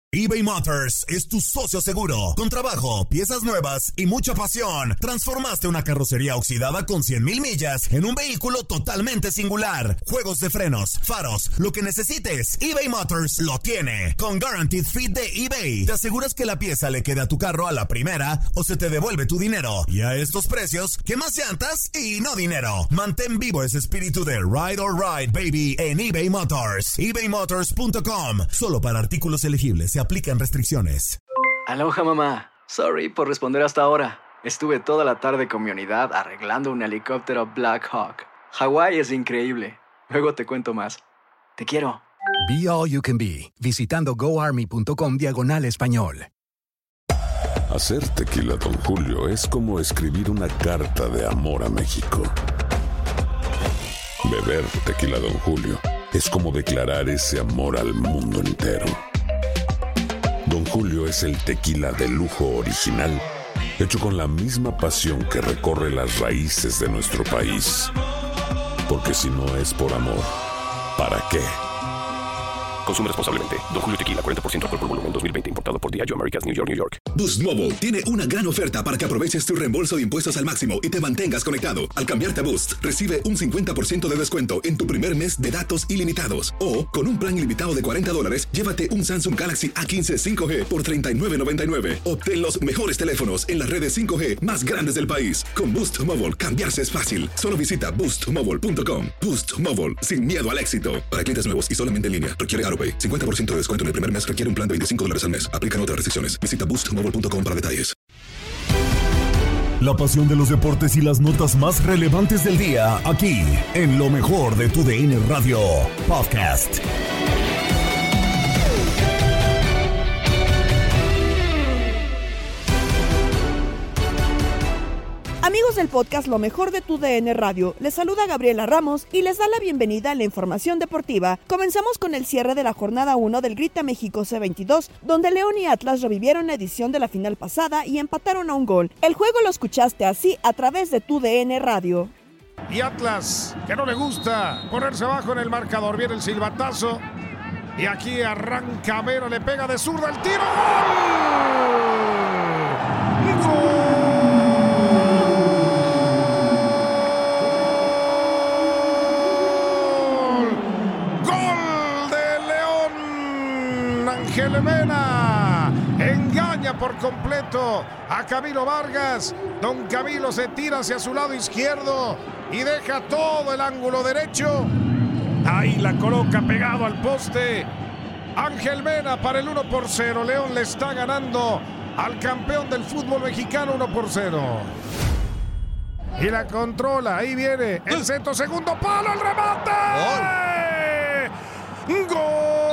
eBay Motors es tu socio seguro. Con trabajo, piezas nuevas y mucha pasión, transformaste una carrocería oxidada con 100,000 millas en un vehículo totalmente singular. Juegos de frenos, faros, lo que necesites, eBay Motors lo tiene. Con Guaranteed Fit de eBay, te aseguras que la pieza le quede a tu carro a la primera o se te devuelve tu dinero. Y a estos precios, ¿qué más llantas y no dinero? Mantén vivo ese espíritu de Ride or Ride, baby, en eBay Motors. ebaymotors.com. Solo para artículos elegibles. Se aplican restricciones. Aloha, mamá. Sorry por responder hasta ahora. Estuve toda la tarde con mi unidad arreglando un helicóptero Black Hawk. Hawái es increíble. Luego te cuento más. Te quiero. Be All You Can Be, visitando goarmy.com/español. Hacer tequila Don Julio es como escribir una carta de amor a México. Beber tequila Don Julio es como declarar ese amor al mundo entero. Don Julio es el tequila de lujo original, hecho con la misma pasión que recorre las raíces de nuestro país. Porque si no es por amor, ¿para qué? Consume responsablemente. Don Julio Tequila, 40% alcohol por volumen, 2020. Importado por Diageo Americas, New York, New York. Boost Mobile tiene una gran oferta para que aproveches tu reembolso de impuestos al máximo y te mantengas conectado. Al cambiarte a Boost, recibe un 50% de descuento en tu primer mes de datos ilimitados. O, con un plan ilimitado de $40, llévate un Samsung Galaxy A15 5G por $39.99. Obtén los mejores teléfonos en las redes 5G más grandes del país. Con Boost Mobile, cambiarse es fácil. Solo visita boostmobile.com. Boost Mobile, sin miedo al éxito. Para clientes nuevos y solamente en línea, requiere AroPay. 50% de descuento en el primer mes requiere un plan de $25 al mes. Aplican otras restricciones. Visita boostmobile.com para detalles. La pasión de los deportes y las notas más relevantes del día, aquí, en lo mejor de tu DN Radio Podcast. Amigos del podcast Lo Mejor de tu DN Radio, les saluda Gabriela Ramos y les da la bienvenida a la información deportiva. Comenzamos con el cierre de la jornada 1 del Grita México C22, donde León y Atlas revivieron la edición de la final pasada y empataron a un gol. El juego lo escuchaste así a través de tu DN Radio. Y Atlas, que no le gusta ponerse abajo en el marcador, viene el silbatazo y aquí arranca Vera, le pega de zurda el tiro. ¡Gol! ¡Gol! Ángel Mena engaña por completo a Camilo Vargas. Don Camilo se tira hacia su lado izquierdo y deja todo el ángulo derecho. Ahí la coloca pegado al poste. Ángel Mena para el 1-0. León le está ganando al campeón del fútbol mexicano 1-0. Y la controla. Ahí viene el centro, segundo palo, el remate. ¡Gol!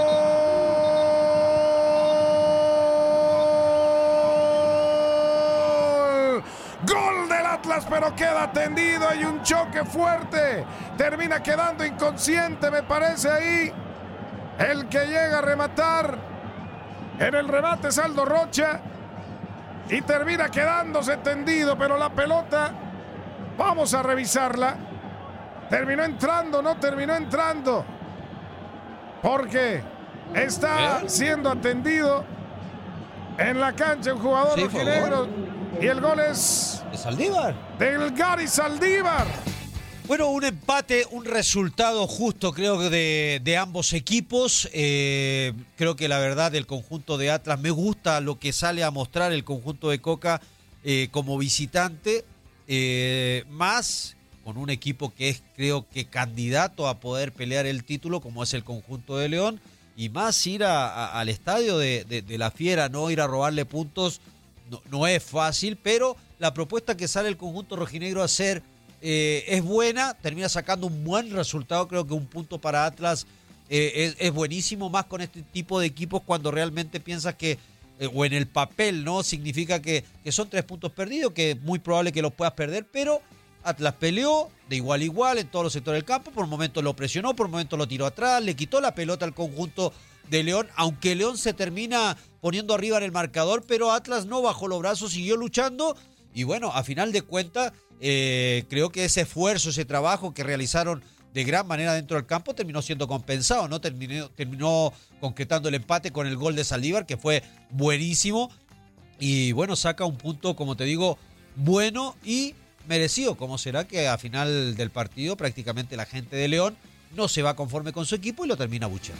Gol del Atlas, pero queda tendido. Hay un choque fuerte. Termina quedando inconsciente, me parece ahí. El que llega a rematar. En el remate es Aldo Rocha. Y termina quedándose tendido, pero la pelota, vamos a revisarla. ¿Terminó entrando? No terminó entrando. Porque está siendo atendido en la cancha un jugador rojinegro. Y el gol es de Saldívar. Del Gary Saldívar. Bueno, un empate, un resultado justo creo que de ambos equipos. Creo que la verdad del conjunto de Atlas, me gusta lo que sale a mostrar el conjunto de Coca como visitante. Más con un equipo que es creo que candidato a poder pelear el título como es el conjunto de León. Y más ir al estadio de la Fiera, no ir a robarle puntos. No es fácil, pero la propuesta que sale el conjunto rojinegro a hacer es buena, termina sacando un buen resultado. Creo que un punto para Atlas es buenísimo, más con este tipo de equipos cuando realmente piensas que, o en el papel, ¿no? Significa que son 3 puntos perdidos, que es muy probable que los puedas perder, pero Atlas peleó de igual a igual en todos los sectores del campo, por momentos lo presionó, por momentos lo tiró atrás, le quitó la pelota al conjunto de León, aunque León se termina poniendo arriba en el marcador, pero Atlas no bajó los brazos, siguió luchando y bueno, a final de cuentas creo que ese esfuerzo, ese trabajo que realizaron de gran manera dentro del campo, terminó siendo compensado, ¿no? Terminó concretando el empate con el gol de Saldívar, que fue buenísimo. Y bueno, saca un punto, como te digo, bueno y merecido, como será que a final del partido prácticamente la gente de León no se va conforme con su equipo y lo termina bucheando.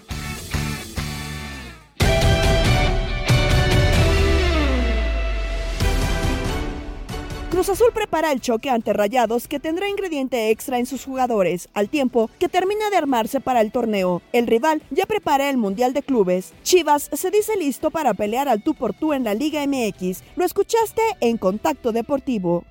Cruz Azul prepara el choque ante Rayados, que tendrá ingrediente extra en sus jugadores, al tiempo que termina de armarse para el torneo. El rival ya prepara el Mundial de Clubes. Chivas se dice listo para pelear al tú por tú en la Liga MX. Lo escuchaste en Contacto Deportivo.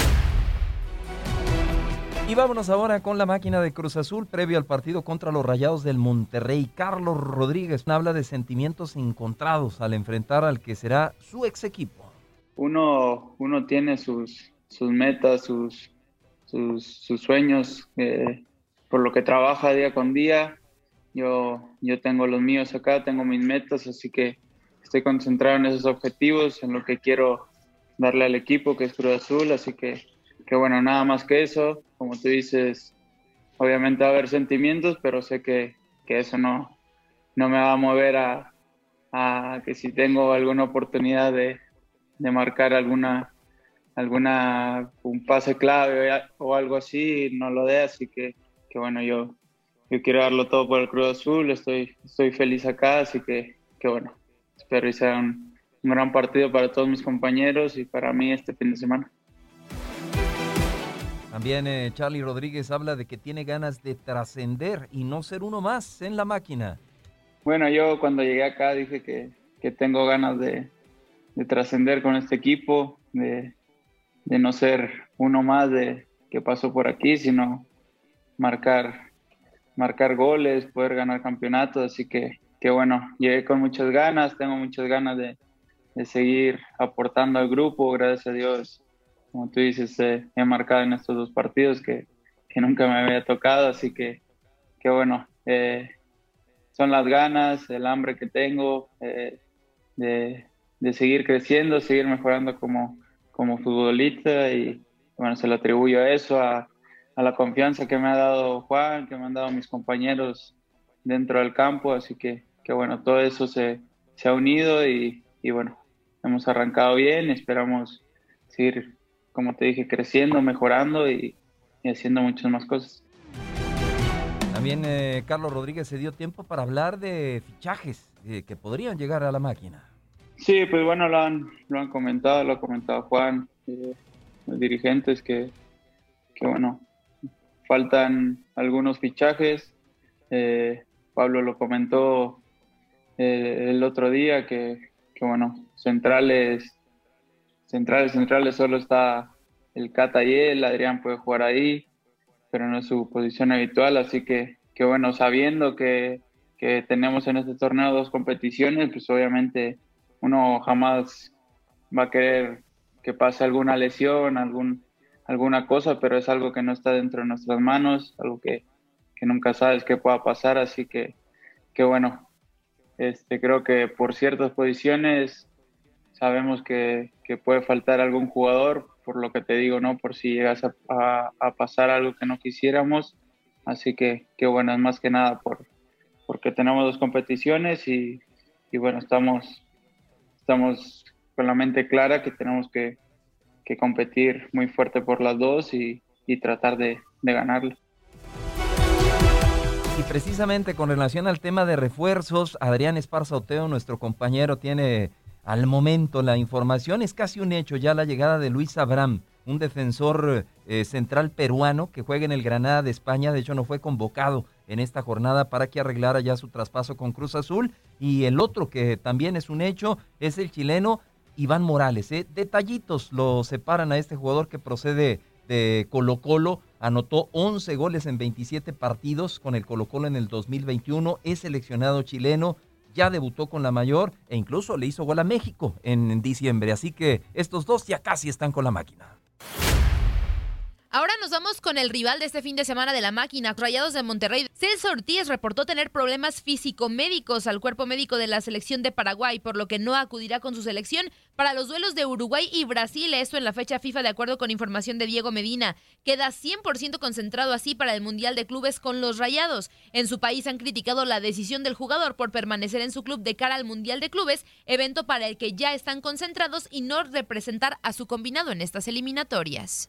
Y vámonos ahora con la máquina de Cruz Azul previo al partido contra los Rayados del Monterrey. Carlos Rodríguez habla de sentimientos encontrados al enfrentar al que será su ex equipo. Uno tiene sus metas, sus sueños, por lo que trabaja día con día. Yo tengo los míos acá, tengo mis metas, así que estoy concentrado en esos objetivos, en lo que quiero darle al equipo, que es Cruz Azul, así que bueno, nada más que eso. Como tú dices, obviamente va a haber sentimientos, pero sé que eso no me va a mover a que si tengo alguna oportunidad de marcar un pase clave o algo así, no lo dé, así que bueno, yo quiero darlo todo por el Cruz Azul, estoy feliz acá, así que bueno, espero que sea un gran partido para todos mis compañeros y para mí este fin de semana. También Charlie Rodríguez habla de que tiene ganas de trascender y no ser uno más en la máquina. Bueno, yo cuando llegué acá dije que tengo ganas de trascender con este equipo, de no ser uno más que pasó por aquí, sino marcar goles, poder ganar campeonatos, así que bueno, llegué con muchas ganas, tengo muchas ganas de seguir aportando al grupo, gracias a Dios, como tú dices, he marcado en estos 2 partidos que nunca me había tocado, así que bueno, son las ganas, el hambre que tengo de seguir creciendo, seguir mejorando como futbolista y bueno, se lo atribuyo a eso, a la confianza que me ha dado Juan, que me han dado mis compañeros dentro del campo, así que bueno, todo eso se ha unido y bueno, hemos arrancado bien, esperamos seguir, como te dije, creciendo, mejorando y haciendo muchas más cosas. También Carlos Rodríguez se dio tiempo para hablar de fichajes que podrían llegar a la máquina. Sí, pues bueno, lo han comentado, lo ha comentado Juan, los dirigentes, que bueno, faltan algunos fichajes. Pablo lo comentó el otro día, que bueno, centrales solo está el Cata y él, Adrián puede jugar ahí, pero no es su posición habitual, así que bueno, sabiendo que tenemos en este torneo 2 competiciones, pues obviamente uno jamás va a querer que pase alguna lesión, alguna cosa, pero es algo que no está dentro de nuestras manos, algo que nunca sabes qué pueda pasar, así que bueno, creo que por ciertas posiciones sabemos que puede faltar algún jugador, por lo que te digo, ¿no? Por si llegas a pasar algo que no quisiéramos, así que bueno, es más que nada porque tenemos 2 competiciones y bueno, estamos con la mente clara que tenemos que competir muy fuerte por las 2 y tratar de ganarlo. Y precisamente con relación al tema de refuerzos, Adrián Esparza Oteo, nuestro compañero, tiene al momento la información. Es casi un hecho ya la llegada de Luis Abraham, un defensor central peruano que juega en el Granada de España. De hecho, no fue convocado en esta jornada para que arreglara ya su traspaso con Cruz Azul. Y el otro que también es un hecho es el chileno Iván Morales. Detallitos lo separan a este jugador que procede de Colo-Colo. Anotó 11 goles en 27 partidos con el Colo-Colo en el 2021. Es seleccionado chileno, ya debutó con la mayor e incluso le hizo gol a México en diciembre. Así que estos 2 ya casi están con la máquina. Ahora nos vamos con el rival de este fin de semana de la máquina, Rayados de Monterrey. Celso Ortiz reportó tener problemas físico-médicos al cuerpo médico de la selección de Paraguay, por lo que no acudirá con su selección para los duelos de Uruguay y Brasil, esto en la fecha FIFA de acuerdo con información de Diego Medina. Queda 100% concentrado así para el Mundial de Clubes con los Rayados. En su país han criticado la decisión del jugador por permanecer en su club de cara al Mundial de Clubes, evento para el que ya están concentrados y no representar a su combinado en estas eliminatorias.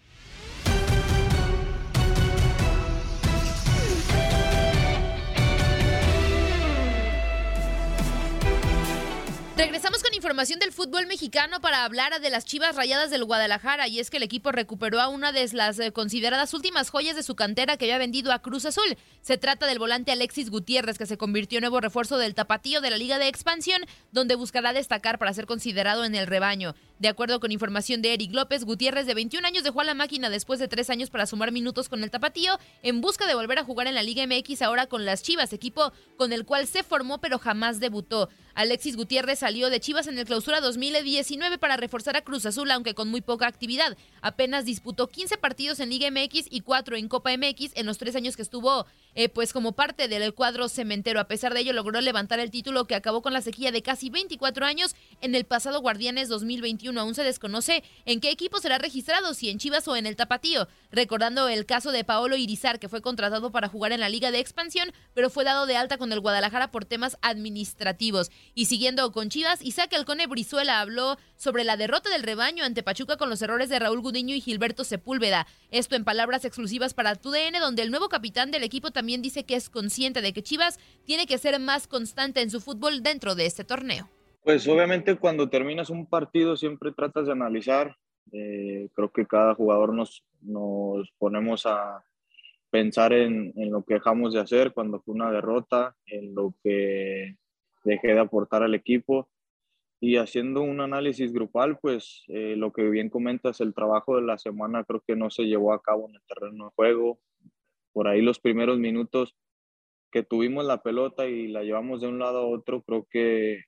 Regresamos con información del fútbol mexicano para hablar de las Chivas Rayadas del Guadalajara, y es que el equipo recuperó a una de las consideradas últimas joyas de su cantera que había vendido a Cruz Azul. Se trata del volante Alexis Gutiérrez, que se convirtió en nuevo refuerzo del Tapatío de la Liga de Expansión, donde buscará destacar para ser considerado en el rebaño. De acuerdo con información de Eric López, Gutiérrez, de 21 años, dejó a la máquina después de 3 años para sumar minutos con el Tapatío, en busca de volver a jugar en la Liga MX ahora con las Chivas, equipo con el cual se formó pero jamás debutó. Alexis Gutiérrez salió de Chivas en el Clausura 2019 para reforzar a Cruz Azul, aunque con muy poca actividad. Apenas disputó 15 partidos en Liga MX y 4 en Copa MX en los 3 años que estuvo pues como parte del cuadro cementero. A pesar de ello, logró levantar el título que acabó con la sequía de casi 24 años en el pasado Guardianes 2021. Aún se desconoce en qué equipo será registrado, si en Chivas o en el Tapatío. Recordando el caso de Paolo Irizar, que fue contratado para jugar en la Liga de Expansión, pero fue dado de alta con el Guadalajara por temas administrativos. Y siguiendo con Chivas, Isaac Halcone Brizuela habló sobre la derrota del rebaño ante Pachuca con los errores de Raúl Gudiño y Gilberto Sepúlveda. Esto en palabras exclusivas para TUDN, donde el nuevo capitán del equipo también dice que es consciente de que Chivas tiene que ser más constante en su fútbol dentro de este torneo. Pues obviamente cuando terminas un partido siempre tratas de analizar. Creo que cada jugador nos ponemos a pensar en lo que dejamos de hacer cuando fue una derrota, en lo que dejé de aportar al equipo, y haciendo un análisis grupal, pues lo que bien comentas, el trabajo de la semana creo que no se llevó a cabo en el terreno de juego. Por ahí los primeros minutos que tuvimos la pelota y la llevamos de un lado a otro, creo que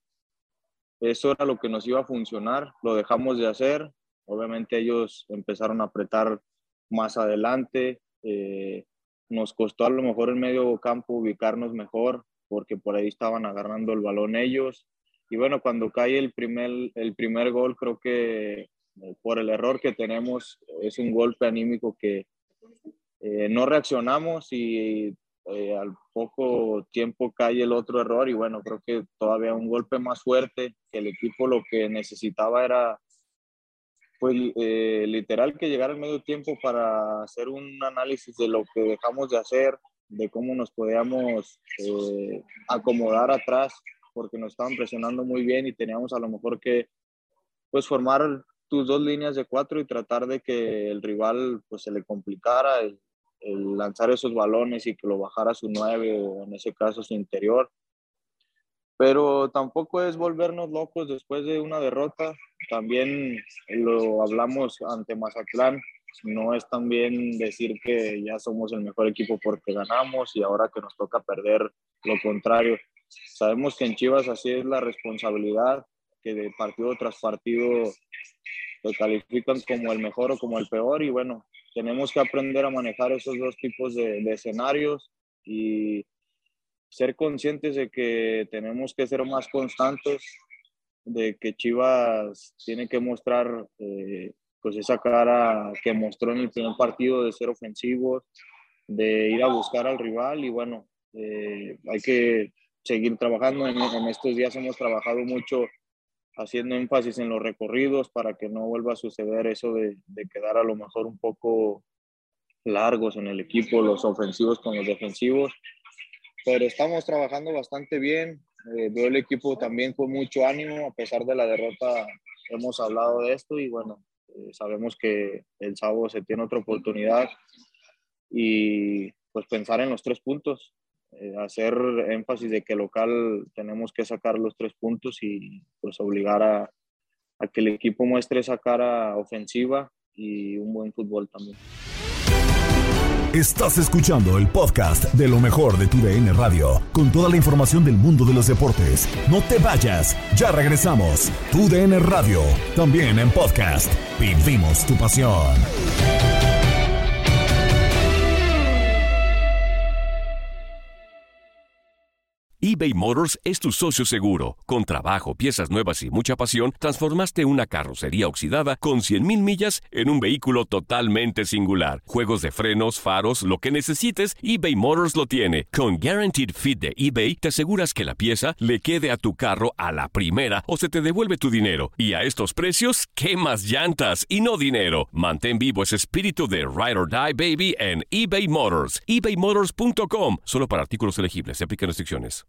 eso era lo que nos iba a funcionar, lo dejamos de hacer. Obviamente ellos empezaron a apretar más adelante, nos costó a lo mejor en medio campo ubicarnos mejor, porque por ahí estaban agarrando el balón ellos. Y bueno, cuando cae el primer gol, creo que por el error que tenemos es un golpe anímico que no reaccionamos, y al poco tiempo cae el otro error, y bueno, creo que todavía un golpe más fuerte, que el equipo lo que necesitaba era pues literal que llegara el medio tiempo para hacer un análisis de lo que dejamos de hacer, de cómo nos podíamos acomodar atrás, porque nos estaban presionando muy bien y teníamos a lo mejor que pues formar tus 2 líneas de 4 y tratar de que el rival pues se le complicara el lanzar esos balones y que lo bajara a su 9 o en ese caso su interior. Pero tampoco es volvernos locos después de una derrota. También lo hablamos ante Mazatlán. No es también decir que ya somos el mejor equipo porque ganamos y ahora que nos toca perder, lo contrario. Sabemos que en Chivas así es la responsabilidad, que de partido tras partido lo califican como el mejor o como el peor, y bueno, tenemos que aprender a manejar esos 2 tipos de escenarios y ser conscientes de que tenemos que ser más constantes, de que Chivas tiene que mostrar pues esa cara que mostró en el primer partido de ser ofensivos, de ir a buscar al rival, y bueno, hay que seguir trabajando. En estos días hemos trabajado mucho haciendo énfasis en los recorridos para que no vuelva a suceder eso de quedar a lo mejor un poco largos en el equipo, los ofensivos con los defensivos. Pero estamos trabajando bastante bien. Veo el equipo también con mucho ánimo, a pesar de la derrota hemos hablado de esto, y bueno, sabemos que el sábado se tiene otra oportunidad y pues pensar en los 3 puntos, hacer énfasis de que local tenemos que sacar los 3 puntos y pues obligar a que el equipo muestre esa cara ofensiva y un buen fútbol también. Estás escuchando el podcast de lo mejor de TUDN Radio, con toda la información del mundo de los deportes. No te vayas, ya regresamos. TUDN Radio, también en podcast. Vivimos tu pasión. eBay Motors es tu socio seguro. Con trabajo, piezas nuevas y mucha pasión, transformaste una carrocería oxidada con 100,000 millas en un vehículo totalmente singular. Juegos de frenos, faros, lo que necesites, eBay Motors lo tiene. Con Guaranteed Fit de eBay, te aseguras que la pieza le quede a tu carro a la primera o se te devuelve tu dinero. Y a estos precios, ¿qué más llantas y no dinero? Mantén vivo ese espíritu de Ride or Die, baby, en eBay Motors. ebaymotors.com. Solo para artículos elegibles. Se aplican restricciones.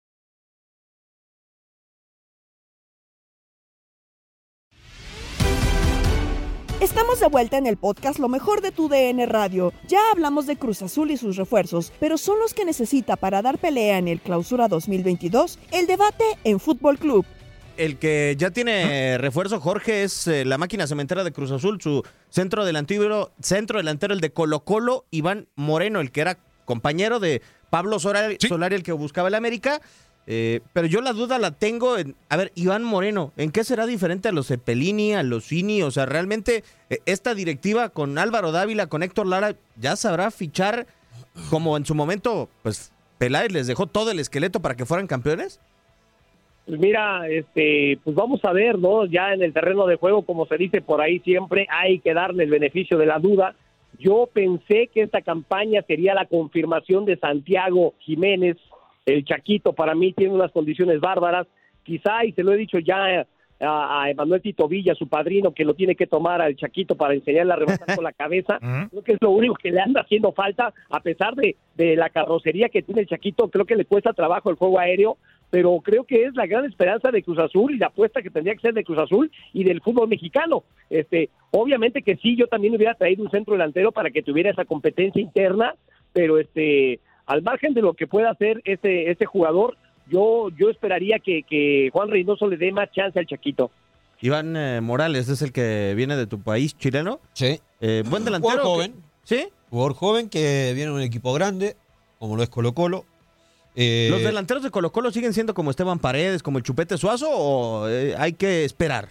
Estamos de vuelta en el podcast Lo Mejor de tu DN Radio. Ya hablamos de Cruz Azul y sus refuerzos, pero son los que necesita para dar pelea en el Clausura 2022, el debate en Fútbol Club. El que ya tiene refuerzo, Jorge, es la máquina cementera de Cruz Azul, su centro delantero, el de Colo-Colo, Iván Moreno, el que era compañero de Pablo Solari, el que buscaba el América. Pero yo la duda la tengo en, a ver, Iván Moreno, ¿en qué será diferente a los Cepelini, a los Cini? O sea, realmente esta directiva con Álvaro Dávila, con Héctor Lara, ya sabrá fichar como en su momento, pues Peláez les dejó todo el esqueleto para que fueran campeones. Pues mira, pues vamos a ver, ¿no? Ya en el terreno de juego, como se dice por ahí siempre, hay que darle el beneficio de la duda. Yo pensé que esta campaña sería la confirmación de Santiago Jiménez. El Chaquito para mí tiene unas condiciones bárbaras, quizá, y se lo he dicho ya a Emanuel Tito Villa, su padrino, que lo tiene que tomar al Chaquito para enseñarle a rematar con la cabeza. Creo que es lo único que le anda haciendo falta, a pesar de la carrocería que tiene el Chaquito. Creo que le cuesta trabajo el juego aéreo, pero creo que es la gran esperanza de Cruz Azul y la apuesta que tendría que ser de Cruz Azul y del fútbol mexicano. Obviamente que sí, yo también hubiera traído un centro delantero para que tuviera esa competencia interna, pero al margen de lo que pueda hacer este jugador, yo esperaría que Juan Reynoso le dé más chance al Chaquito. Iván Morales es el que viene de tu país, chileno. Sí. Buen delantero. Jugador joven. ¿Sí? Jugador joven que viene de un equipo grande, como lo es Colo-Colo. ¿Los delanteros de Colo-Colo siguen siendo como Esteban Paredes, como el Chupete Suazo, o hay que esperar?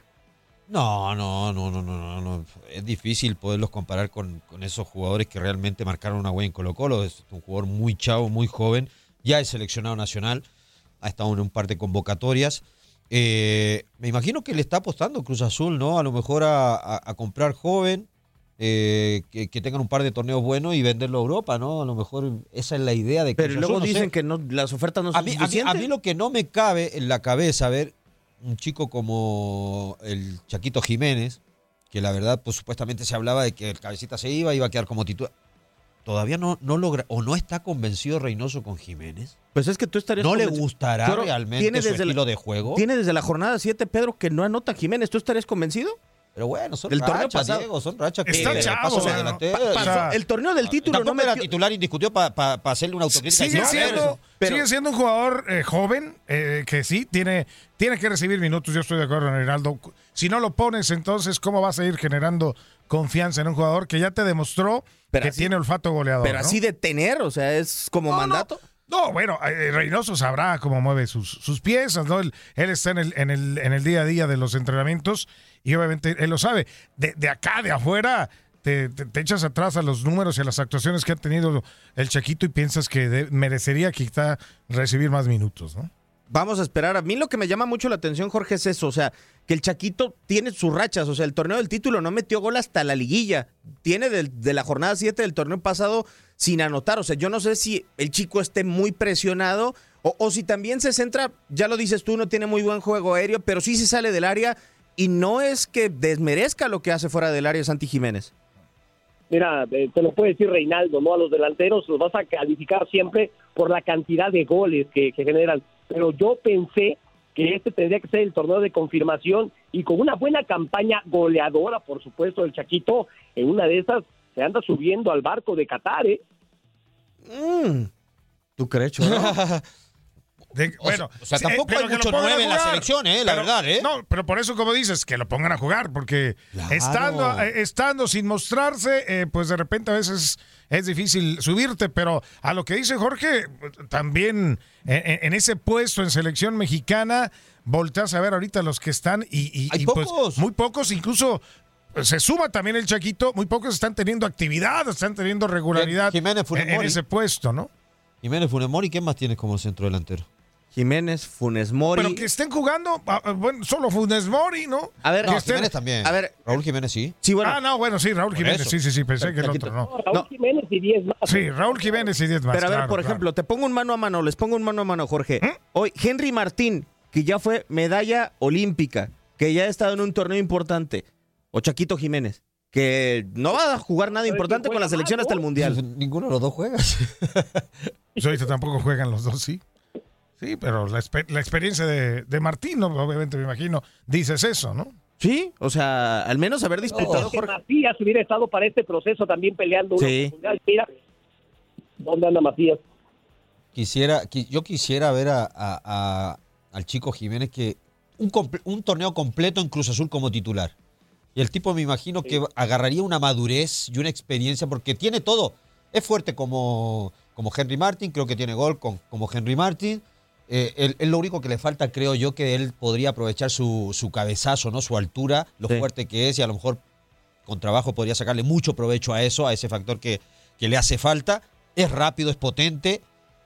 No. Es difícil poderlos comparar con esos jugadores que realmente marcaron una huella en Colo-Colo. Es un jugador muy chavo, muy joven. Ya es seleccionado nacional. Ha estado en un par de convocatorias. Me imagino que le está apostando Cruz Azul, ¿no? A lo mejor a comprar joven, que tengan un par de torneos buenos y venderlo a Europa, ¿no? A lo mejor esa es la idea de Cruz Pero Azul. luego dicen que no, las ofertas no son suficientes. A mí lo que no me cabe en la cabeza, a ver, un chico como el Chaquito Jiménez, que la verdad, pues supuestamente se hablaba de que el Cabecita se iba a quedar como titular. Todavía no logra, o no está convencido Reynoso con Jiménez. Pues es que tú estarías ¿No le gustará realmente su estilo de juego? Tiene desde la jornada 7, Pedro, que no anota Jiménez. ¿Tú estarías convencido? Pero bueno, son el rachas, Diego, son rachas. Está chavo, el torneo del título no me era titular indiscutido para hacerle una autocrítica. Sigue siendo un jugador joven que sí tiene que recibir minutos. Yo estoy de acuerdo, Reinaldo. Si no lo pones, entonces, ¿cómo vas a ir generando confianza en un jugador que ya te demostró que tiene olfato goleador? Pero así de tener, o sea, es como mandato. No, bueno, Reynoso sabrá cómo mueve sus piezas, ¿no? Él está en el día a día de los entrenamientos y obviamente él lo sabe. De acá, de afuera, te echas atrás a los números y a las actuaciones que ha tenido el Chaquito y piensas que merecería quizá recibir más minutos, ¿no? Vamos a esperar. A mí lo que me llama mucho la atención, Jorge, es eso, o sea, que el Chaquito tiene sus rachas, o sea, el torneo del título no metió gol hasta la liguilla, tiene de la jornada 7 del torneo pasado sin anotar, o sea, yo no sé si el chico esté muy presionado o si también se centra, ya lo dices tú, no tiene muy buen juego aéreo, pero sí se sale del área y no es que desmerezca lo que hace fuera del área Santi Jiménez. Mira, te lo puede decir Reinaldo, ¿no? A los delanteros los vas a calificar siempre por la cantidad de goles que generan, pero yo pensé que tendría que ser el torneo de confirmación y con una buena campaña goleadora, por supuesto, del Chaquito, en una de esas se anda subiendo al barco de Qatar, ¿eh? ¿Tú crees, Cholo? Bueno, o sea, tampoco hay mucho 9 en la selección, la verdad, ¿eh? No, pero por eso, como dices, que lo pongan a jugar, porque claro, estando sin mostrarse, pues de repente a veces es difícil subirte, pero a lo que dice Jorge, también en ese puesto en selección mexicana, volteas a ver ahorita los que están y pocos. Pues muy pocos, incluso se suma también el Chaquito, muy pocos están teniendo actividad, están teniendo regularidad en ese puesto, ¿no? Jiménez Funes Mori, ¿quién más tienes como centro delantero? Jiménez, Funes Mori. Pero que estén jugando, bueno, solo Funes Mori, ¿no? A ver, No, Jiménez también. A ver, Raúl Jiménez sí. Sí, bueno. No, bueno, sí, Raúl Jiménez, sí, pensé que el otro no. Raúl Jiménez y 10 más. Sí, Raúl Jiménez y 10 más. Pero a ver, por ejemplo, te pongo un mano a mano, les pongo un mano a mano, Jorge. Hoy, Henry Martín, que ya fue medalla olímpica, que ya ha estado en un torneo importante, o Chaquito Jiménez, que no va a jugar nada importante con la selección hasta el Mundial. Ninguno de los dos juega. Pues ahorita tampoco juegan los dos, sí. Sí, pero la experiencia de Martín, ¿no? Obviamente me imagino, dices eso, ¿no? Sí, o sea, al menos haber disputado. Jorge Macías hubiera estado para este proceso también peleando una oportunidad. Mira, ¿dónde anda Macías? Yo quisiera ver al chico Jiménez que un torneo completo en Cruz Azul como titular. Y el tipo me imagino que agarraría una madurez y una experiencia porque tiene todo. Es fuerte como Henry Martin, creo que tiene gol como Henry Martin. Es lo único que le falta, creo yo, que él podría aprovechar su cabezazo, ¿no? Su altura, lo fuerte que es, y a lo mejor con trabajo podría sacarle mucho provecho a eso, a ese factor que le hace falta. Es rápido, es potente.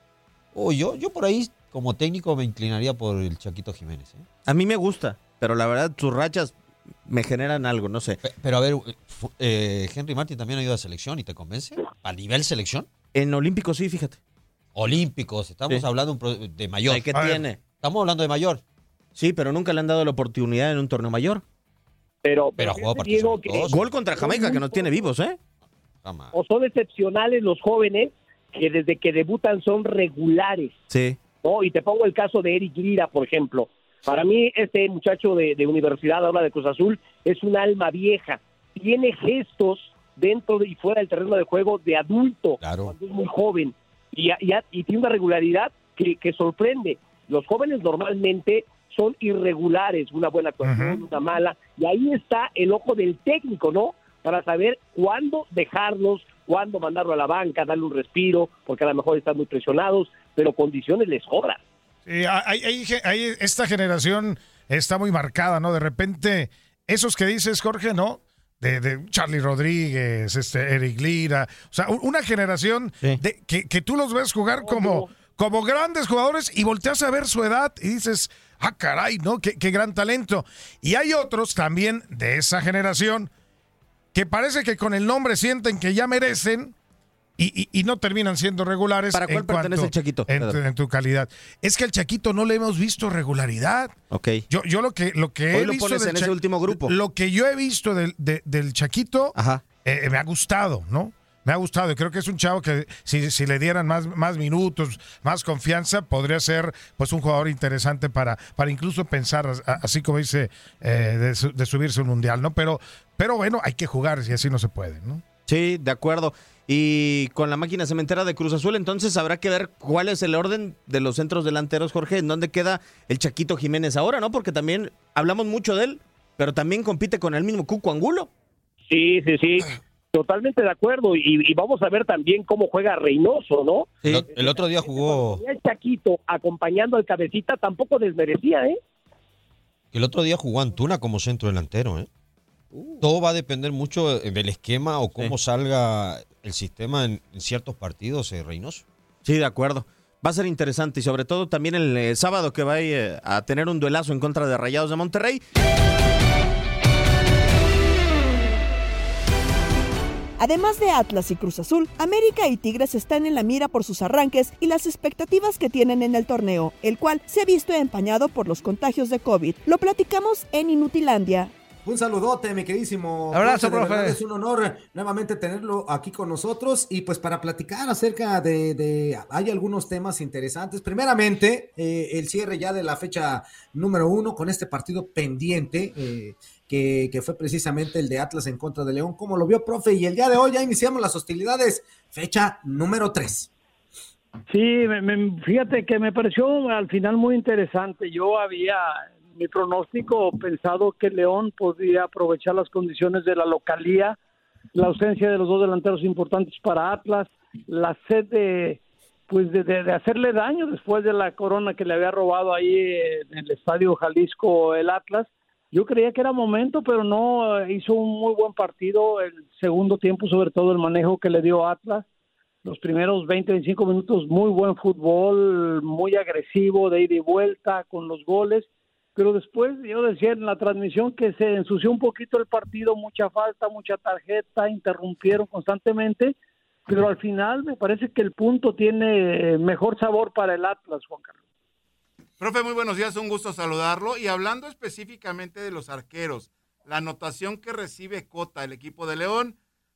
Yo por ahí, como técnico, me inclinaría por el Chaquito Jiménez. A mí me gusta, pero la verdad, sus rachas me generan algo, no sé. Pero a ver, Henry Martin también ha ido a selección y te convence. ¿A nivel selección? En Olímpicos sí, fíjate. Olímpicos, estamos hablando de mayor. ¿Qué tiene? Estamos hablando de mayor. Sí, pero nunca le han dado la oportunidad en un torneo mayor. Pero jugó partidos. Gol contra Jamaica, que nos tiene vivos, ¿eh? Jamás. O son excepcionales los jóvenes que desde que debutan son regulares. Sí. ¿No? Y te pongo el caso de Eric Lira, por ejemplo. Para mí, este muchacho de universidad, ahora de Cruz Azul, es un alma vieja. Tiene gestos dentro y fuera del terreno de juego de adulto, cuando es muy joven. Y tiene una regularidad que sorprende. Los jóvenes normalmente son irregulares, una buena actuación, una mala, y ahí está el ojo del técnico, ¿no? Para saber cuándo dejarlos, cuándo mandarlo a la banca, darle un respiro, porque a lo mejor están muy presionados, pero condiciones les sobran. Esta generación está muy marcada, ¿no? De repente, esos que dices, Jorge, ¿no? De Charlie Rodríguez, Eric Lira, o sea, una generación que tú los ves jugar como grandes jugadores y volteas a ver su edad y dices, caray, ¿no? Qué gran talento. Y hay otros también de esa generación que parece que con el nombre sienten que ya merecen y no terminan siendo regulares. ¿Para cuál pertenece el Chaquito? En tu calidad. Es que al Chaquito no le hemos visto regularidad. Ok. Yo lo que he Hoy lo visto pones en ese último grupo. Lo que yo he visto del Chaquito me ha gustado, ¿no? Me ha gustado y creo que es un chavo que si le dieran más minutos, más confianza, podría ser pues un jugador interesante para incluso pensar, así como dice, de subirse un mundial, ¿no? Pero bueno, hay que jugar y así no se puede, ¿no? Sí, de acuerdo. Y con la máquina cementera de Cruz Azul, entonces habrá que ver cuál es el orden de los centros delanteros, Jorge, en dónde queda el Chaquito Jiménez ahora, ¿no? Porque también hablamos mucho de él, pero también compite con el mismo Cuco Angulo. Sí. Totalmente de acuerdo. Y vamos a ver también cómo juega Reynoso, ¿no? Sí. El otro día jugó... El Chaquito acompañando al Cabecita tampoco desmerecía, ¿eh? El otro día jugó Antuna como centro delantero, ¿eh? Todo va a depender mucho del esquema o cómo salga el sistema en ciertos partidos, Reynoso. Sí, de acuerdo. Va a ser interesante y sobre todo también el sábado que va a tener un duelazo en contra de Rayados de Monterrey. Además de Atlas y Cruz Azul, América y Tigres están en la mira por sus arranques y las expectativas que tienen en el torneo, el cual se ha visto empañado por los contagios de COVID. Lo platicamos en Inutilandia. Un saludote, mi queridísimo. Abrazo, profe. De verdad, profe. es un honor nuevamente tenerlo aquí con nosotros y pues para platicar acerca hay algunos temas interesantes. Primeramente, el cierre ya de la fecha número 1 con este partido pendiente que fue precisamente el de Atlas en contra de León. ¿Cómo lo vio, profe? Y el día de hoy ya iniciamos las hostilidades, fecha número 3. Sí, fíjate que me pareció al final muy interesante. Yo había mi pronóstico pensado que León podía aprovechar las condiciones de la localía, la ausencia de los dos delanteros importantes para Atlas, la sed de hacerle daño después de la corona que le había robado ahí en el Estadio Jalisco el Atlas. Yo creía que era momento, pero no, hizo un muy buen partido el segundo tiempo, sobre todo el manejo que le dio Atlas. los primeros 20-25 minutos, muy buen fútbol, muy agresivo, de ida y vuelta con los goles, pero después yo decía en la transmisión que se ensució un poquito el partido, mucha falta, mucha tarjeta, interrumpieron constantemente, pero al final me parece que el punto tiene mejor sabor para el Atlas, Juan Carlos. Profe, muy buenos días, un gusto saludarlo. Y hablando específicamente de los arqueros, la anotación que recibe Cota, el equipo de León,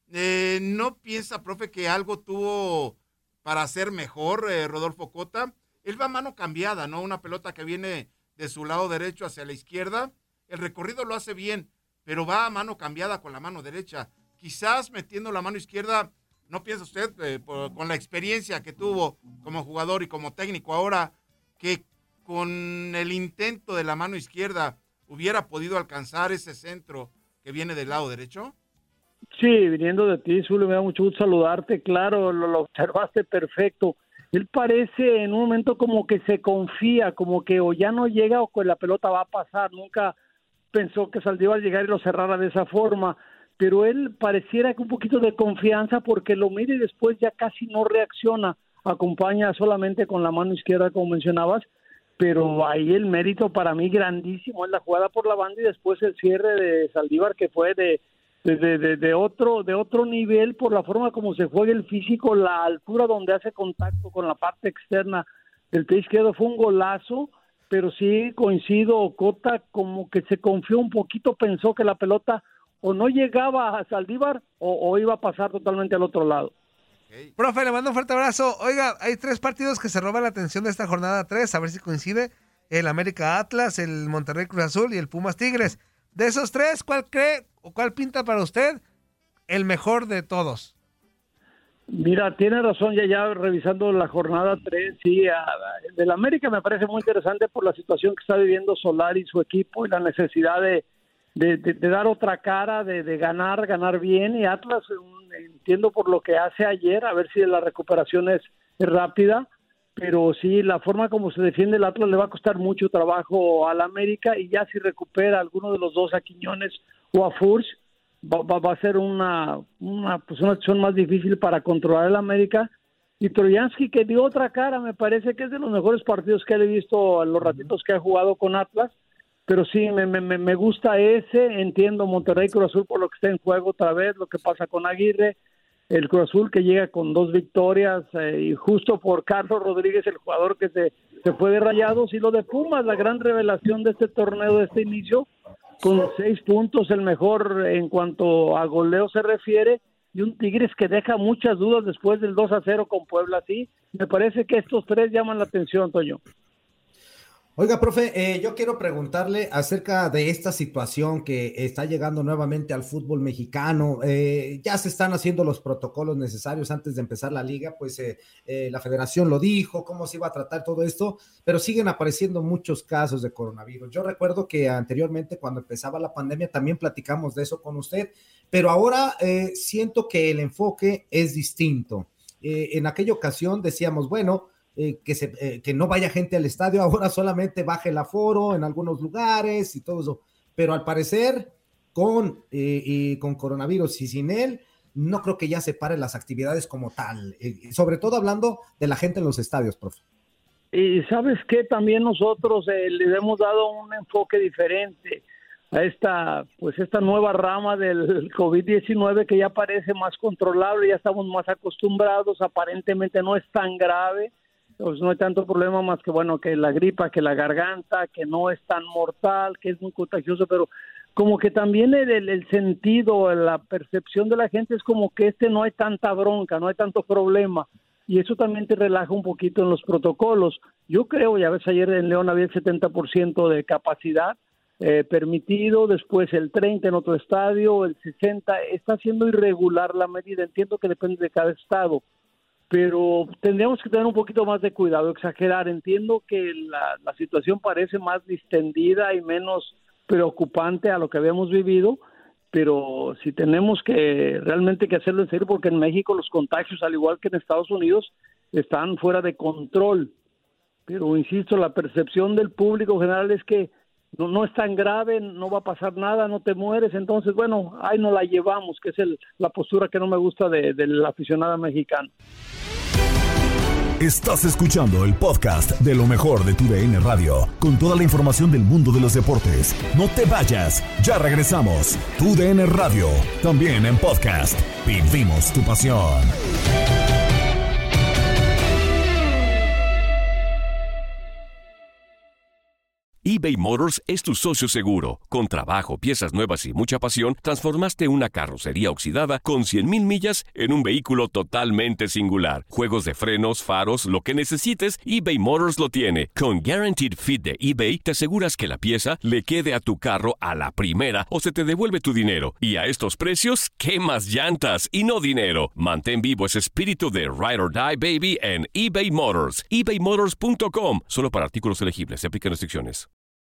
¿no piensa, profe, que algo tuvo para hacer mejor Rodolfo Cota? Él va a mano cambiada, ¿no? Una pelota que viene de su lado derecho hacia la izquierda, el recorrido lo hace bien, pero va a mano cambiada con la mano derecha. Quizás metiendo la mano izquierda, ¿no piensa usted, con la experiencia que tuvo como jugador y como técnico ahora, que con el intento de la mano izquierda hubiera podido alcanzar ese centro que viene del lado derecho? Sí, viniendo de ti, Zulio, me da mucho gusto saludarte. Claro, lo observaste perfecto. Él parece en un momento como que se confía, como que o ya no llega o que la pelota va a pasar. Nunca pensó que Saldívar llegara y lo cerrara de esa forma, pero él pareciera que un poquito de confianza porque lo mira y después ya casi no reacciona. Acompaña solamente con la mano izquierda, como mencionabas, pero ahí el mérito para mí grandísimo es la jugada por la banda y después el cierre de Saldívar, que fue de otro nivel por la forma como se juega el físico, la altura donde hace contacto con la parte externa del pie izquierdo. Fue un golazo, pero sí coincido, Cota como que se confió un poquito, pensó que la pelota o no llegaba a Saldívar o iba a pasar totalmente al otro lado. Profe, le mando un fuerte abrazo. Oiga, hay 3 partidos que se roban la atención de esta jornada 3, a ver si coincide: el América Atlas, el Monterrey Cruz Azul y el Pumas Tigres. De esos 3, ¿cuál cree o cuál pinta para usted el mejor de todos? Mira, tiene razón, ya revisando la jornada 3, sí, del América me parece muy interesante por la situación que está viviendo Solari y su equipo y la necesidad de dar otra cara, de ganar bien. Y Atlas, entiendo por lo que hace ayer, a ver si la recuperación es rápida, pero sí, la forma como se defiende el Atlas le va a costar mucho trabajo al América, y ya si recupera alguno de los dos, a Quiñones o a Furch, va a ser una acción más difícil para controlar el América. Y Troyansky, que dio otra cara, me parece que es de los mejores partidos que he visto en los ratitos que ha jugado con Atlas, pero sí, me gusta ese. Entiendo Monterrey Cruz Azul por lo que está en juego otra vez, lo que pasa con Aguirre, el Cruz Azul que llega con 2 victorias, y justo por Carlos Rodríguez, el jugador que se fue de Rayados, y lo de Pumas, la gran revelación de este torneo, de este inicio, con 6 puntos, el mejor en cuanto a goleo se refiere, y un Tigres que deja muchas dudas después del 2-0 con Puebla. Sí, me parece que estos 3 llaman la atención, Toño. Oiga, profe, yo quiero preguntarle acerca de esta situación que está llegando nuevamente al fútbol mexicano. Ya se están haciendo los protocolos necesarios antes de empezar la liga, pues la federación lo dijo, cómo se iba a tratar todo esto, pero siguen apareciendo muchos casos de coronavirus. Yo recuerdo que anteriormente, cuando empezaba la pandemia, también platicamos de eso con usted, pero ahora siento que el enfoque es distinto. En aquella ocasión decíamos, bueno, que no vaya gente al estadio, ahora solamente baje el aforo en algunos lugares y todo eso, pero al parecer con coronavirus y sin él, no creo que ya se paren las actividades como tal, sobre todo hablando de la gente en los estadios, profe. Y sabes que también nosotros le hemos dado un enfoque diferente a esta nueva rama del COVID-19, que ya parece más controlable, ya estamos más acostumbrados, aparentemente no es tan grave. Pues no hay tanto problema más que, bueno, que la gripa, que la garganta, que no es tan mortal, que es muy contagioso, pero como que también el sentido, la percepción de la gente es como que no hay tanta bronca, no hay tanto problema, y eso también te relaja un poquito en los protocolos. Yo creo, ya ves, ayer en León había el 70% de capacidad permitido, después el 30% en otro estadio, el 60%, está siendo irregular la medida, entiendo que depende de cada estado, pero tendríamos que tener un poquito más de cuidado, exagerar. Entiendo que la situación parece más distendida y menos preocupante a lo que habíamos vivido, pero si tenemos que realmente que hacerlo en serio, porque en México los contagios, al igual que en Estados Unidos, están fuera de control. Pero insisto, la percepción del público general es que no es tan grave, no va a pasar nada, no te mueres. Entonces, bueno, ahí nos la llevamos, que es la postura que no me gusta de la aficionada mexicana. Estás escuchando el podcast de lo mejor de tu DN Radio, con toda la información del mundo de los deportes. No te vayas, ya regresamos. Tu DN Radio, también en podcast. Vivimos tu pasión. eBay Motors es tu socio seguro. Con trabajo, piezas nuevas y mucha pasión, transformaste una carrocería oxidada con 100,000 millas en un vehículo totalmente singular. Juegos de frenos, faros, lo que necesites, eBay Motors lo tiene. Con Guaranteed Fit de eBay, te aseguras que la pieza le quede a tu carro a la primera o se te devuelve tu dinero. Y a estos precios, ¿qué más llantas y no dinero? Mantén vivo ese espíritu de Ride or Die, baby, en eBay Motors. ebaymotors.com. Solo para artículos elegibles. Se aplican restricciones.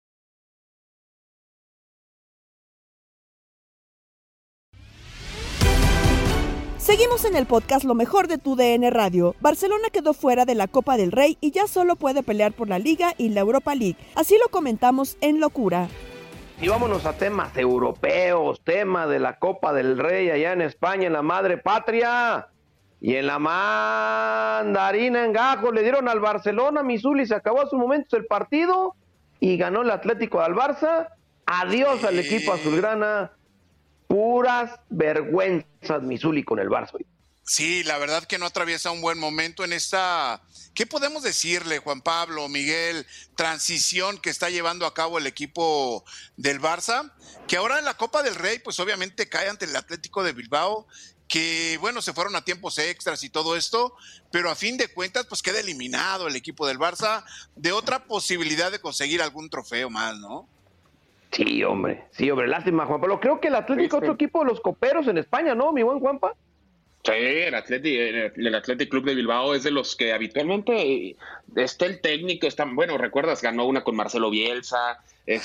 Seguimos en el podcast Lo mejor de tu DN Radio. Barcelona quedó fuera de la Copa del Rey y ya solo puede pelear por la Liga y la Europa League. Así lo comentamos en Locura. Y vámonos a temas europeos, tema de la Copa del Rey allá en España, en la madre patria. Y en la mandarina en gajo le dieron al Barcelona, Misuli, se acabó a su momento el partido y ganó el Atlético del Barça. Adiós al equipo azulgrana. Puras vergüenzas, Misuli, con el Barça. Sí, la verdad que no atraviesa un buen momento en esta, ¿qué podemos decirle, Juan Pablo, Miguel? Transición que está llevando a cabo el equipo del Barça, que ahora en la Copa del Rey, pues obviamente cae ante el Atlético de Bilbao, que bueno, se fueron a tiempos extras y todo esto, pero a fin de cuentas, pues queda eliminado el equipo del Barça de otra posibilidad de conseguir algún trofeo más, ¿no? Sí, hombre, lástima, Juan Pablo. Creo que el Atlético es otro equipo de los coperos en España, ¿no, mi buen Juanpa? Sí, el Athletic Club de Bilbao es de los que habitualmente está el técnico, recuerdas, ganó una con Marcelo Bielsa,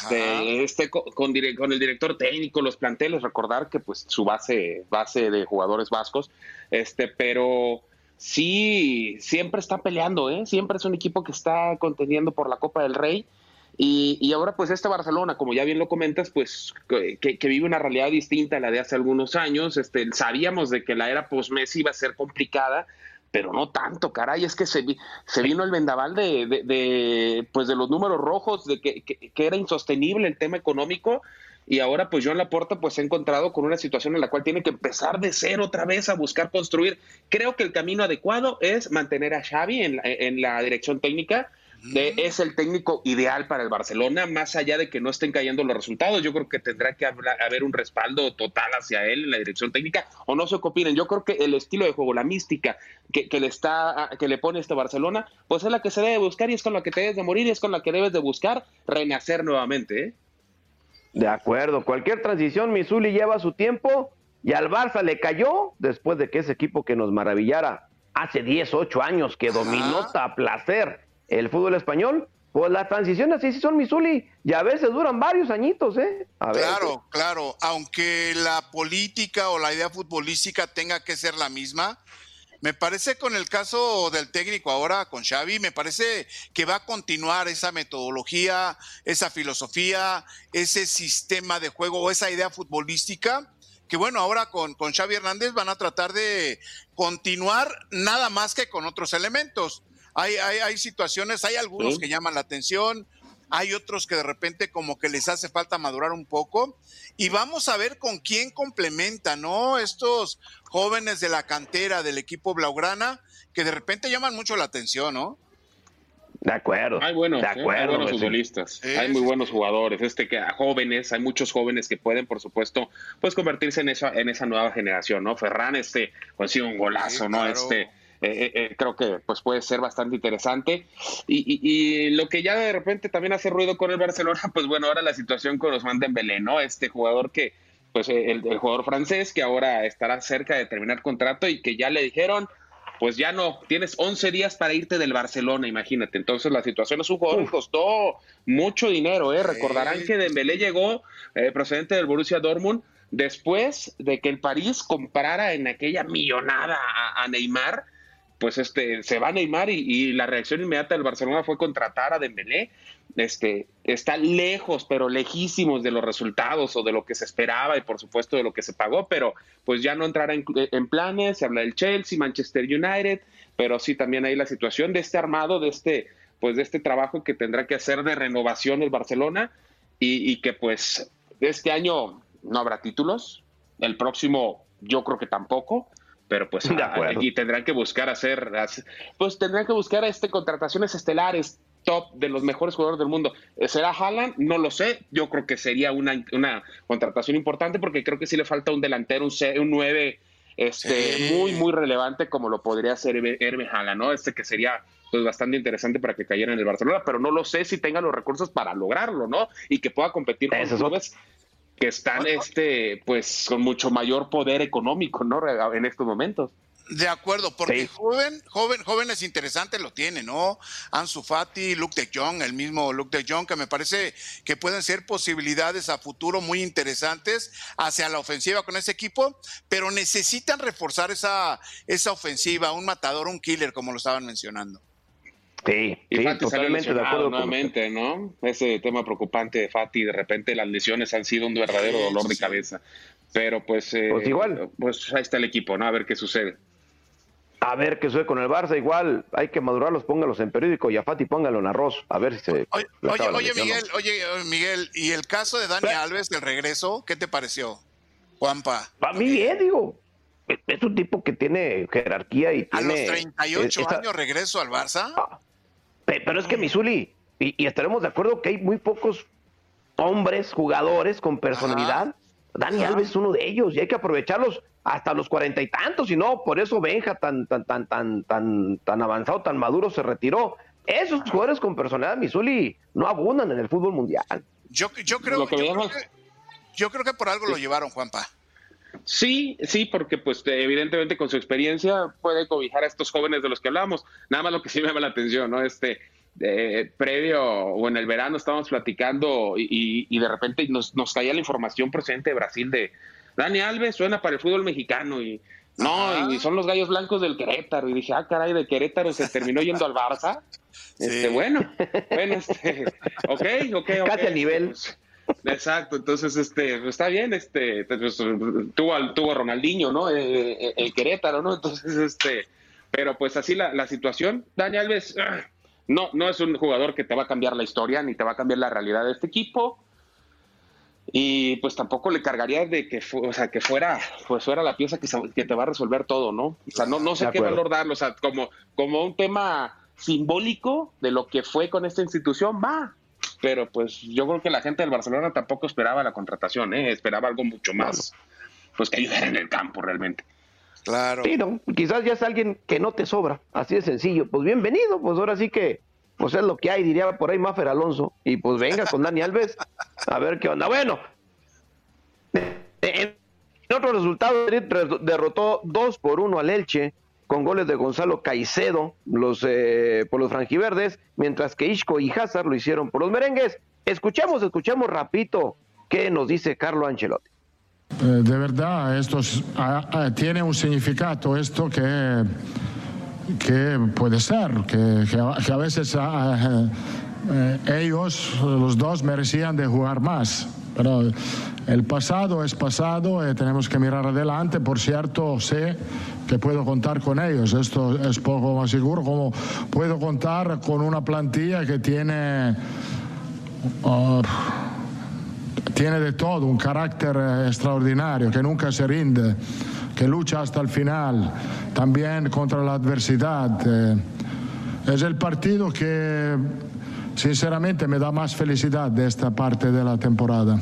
con el director técnico, los planteles, recordar que pues su base de jugadores vascos, pero sí, siempre está peleando, siempre es un equipo que está contendiendo por la Copa del Rey. Y ahora pues Barcelona, como ya bien lo comentas, pues que vive una realidad distinta a la de hace algunos años. Sabíamos de que la era post-Messi iba a ser complicada, pero no tanto, caray, es que se vino el vendaval de los números rojos, de que era insostenible el tema económico, y ahora pues Joan Laporta pues se ha encontrado con una situación en la cual tiene que empezar de cero otra vez a buscar construir. Creo que el camino adecuado es mantener a Xavi en la dirección técnica. Es el técnico ideal para el Barcelona, más allá de que no estén cayendo los resultados. Yo creo que tendrá que haber un respaldo total hacia él en la dirección técnica, o no sé qué opinen. Yo creo que el estilo de juego, la mística que le pone Barcelona, pues es la que se debe buscar, y es con la que te debes de morir, y es con la que debes de buscar renacer nuevamente, De acuerdo, cualquier transición, Misuli, lleva su tiempo, y al Barça le cayó después de que ese equipo que nos maravillara hace 8 años, que dominó a placer el fútbol español, pues las transiciones así son, Misuli, y a veces duran varios añitos, Claro, aunque la política o la idea futbolística tenga que ser la misma, me parece con el caso del técnico ahora, con Xavi, me parece que va a continuar esa metodología, esa filosofía, ese sistema de juego o esa idea futbolística, que bueno, ahora con Xavi Hernández van a tratar de continuar nada más que con otros elementos. Hay situaciones, hay algunos que llaman la atención, hay otros que de repente como que les hace falta madurar un poco, y vamos a ver con quién complementa, ¿no? Estos jóvenes de la cantera del equipo blaugrana que de repente llaman mucho la atención, ¿no? De acuerdo. Hay buenos futbolistas, hay muy buenos jugadores, jóvenes, hay muchos jóvenes que pueden, por supuesto, pues convertirse en esa nueva generación, ¿no? Ferran, consigue un golazo, ¿no? Claro. Creo que pues puede ser bastante interesante, y lo que ya de repente también hace ruido con el Barcelona, pues bueno, ahora la situación con Ousmane Dembélé, ¿no? Jugador que, pues el jugador francés que ahora estará cerca de terminar contrato y que ya le dijeron, pues ya no, tienes 11 días para irte del Barcelona, imagínate. Entonces la situación es un jugador que costó mucho dinero, Recordarán que Dembélé llegó procedente del Borussia Dortmund después de que el París comprara en aquella millonada a Neymar, pues se va Neymar y la reacción inmediata del Barcelona fue contratar a Dembélé. Está lejos, pero lejísimos de los resultados o de lo que se esperaba y por supuesto de lo que se pagó, pero pues ya no entrará en planes. Se habla del Chelsea, Manchester United, pero sí también hay la situación de este armado, de este trabajo que tendrá que hacer de renovación el Barcelona y que pues este año no habrá títulos, el próximo yo creo que tampoco, pero pues y tendrán que buscar tendrán que buscar contrataciones estelares top de los mejores jugadores del mundo. ¿Será Haaland? No lo sé. Yo creo que sería una contratación importante porque creo que sí le falta un delantero, un 9 muy, muy relevante como lo podría ser Erling Haaland, ¿no? Que sería pues bastante interesante para que cayera en el Barcelona, pero no lo sé si tenga los recursos para lograrlo, ¿no? Y que pueda competir con clubes que están pues con mucho mayor poder económico, ¿no? En estos momentos. De acuerdo, porque jóvenes interesantes lo tienen, ¿no? Ansu Fati, Luuk de Jong, el mismo Luuk de Jong, que me parece que pueden ser posibilidades a futuro muy interesantes hacia la ofensiva con ese equipo, pero necesitan reforzar esa ofensiva, un matador, un killer, como lo estaban mencionando. Sí, totalmente de acuerdo nuevamente, ¿no? Ese tema preocupante de Fati, de repente las lesiones han sido un verdadero dolor de cabeza. Pero pues igual, pues ahí está el equipo, ¿no? A ver qué sucede. A ver qué sucede con el Barça. Igual hay que madurarlos, póngalos en periódico y a Fati póngalo en arroz. A ver si se... Oye, Miguel, ¿y el caso de Dani Alves, del regreso, qué te pareció, Juanpa? A mí bien, digo. Es un tipo que tiene jerarquía y tiene... A los 38 años regreso al Barça. Pero es que Misuli, y estaremos de acuerdo que hay muy pocos hombres, jugadores con personalidad. Dani Alves es uno de ellos y hay que aprovecharlos hasta los 40 y tantos, y no, por eso Benja tan avanzado, tan maduro se retiró. Esos jugadores con personalidad, Misuli, no abundan en el fútbol mundial. Yo creo que por algo lo llevaron, Juanpa. Sí, porque pues evidentemente con su experiencia puede cobijar a estos jóvenes de los que hablamos. Nada más lo que sí me llama la atención, ¿no? Previo o en el verano estábamos platicando y de repente nos caía la información procedente de Brasil de Dani Alves suena para el fútbol mexicano y son los gallos blancos del Querétaro, y dije, caray, de Querétaro se terminó yendo al Barça. Sí. Ok. Casi al nivel. Pues, exacto, entonces está bien, pues, tuvo a Ronaldinho, ¿no? El Querétaro, ¿no? Entonces pero pues así la situación. Dani Alves no es un jugador que te va a cambiar la historia ni te va a cambiar la realidad de este equipo. Y pues tampoco le cargaría de que fuera la pieza que te va a resolver todo, ¿no? O sea, no sé qué valor darlo, o sea, como un tema simbólico de lo que fue con esta institución, va. Pero pues yo creo que la gente del Barcelona tampoco esperaba la contratación, esperaba algo mucho más, pues que ayudara en el campo realmente. Claro. Sí, no, quizás ya es alguien que no te sobra, así de sencillo. Pues bienvenido, pues ahora sí que pues es lo que hay, diría por ahí Maffer Alonso. Y pues venga con Dani Alves, a ver qué onda. Bueno, en otro resultado, derrotó 2-1 al Elche, con goles de Gonzalo Caicedo, por los franjiverdes, mientras que Isco y Hazard lo hicieron por los merengues. Escuchamos rapidito qué nos dice Carlo Ancelotti. De verdad, esto tiene un significado, esto que puede ser, que a veces ellos, los dos, merecían de jugar más. Pero el pasado es pasado y tenemos que mirar adelante. Por cierto, sé que puedo contar con ellos. Esto es poco más seguro, como puedo contar con una plantilla que tiene de todo, un carácter extraordinario, que nunca se rinde, que lucha hasta el final, también contra la adversidad. Es el partido que sinceramente me da más felicidad de esta parte de la temporada.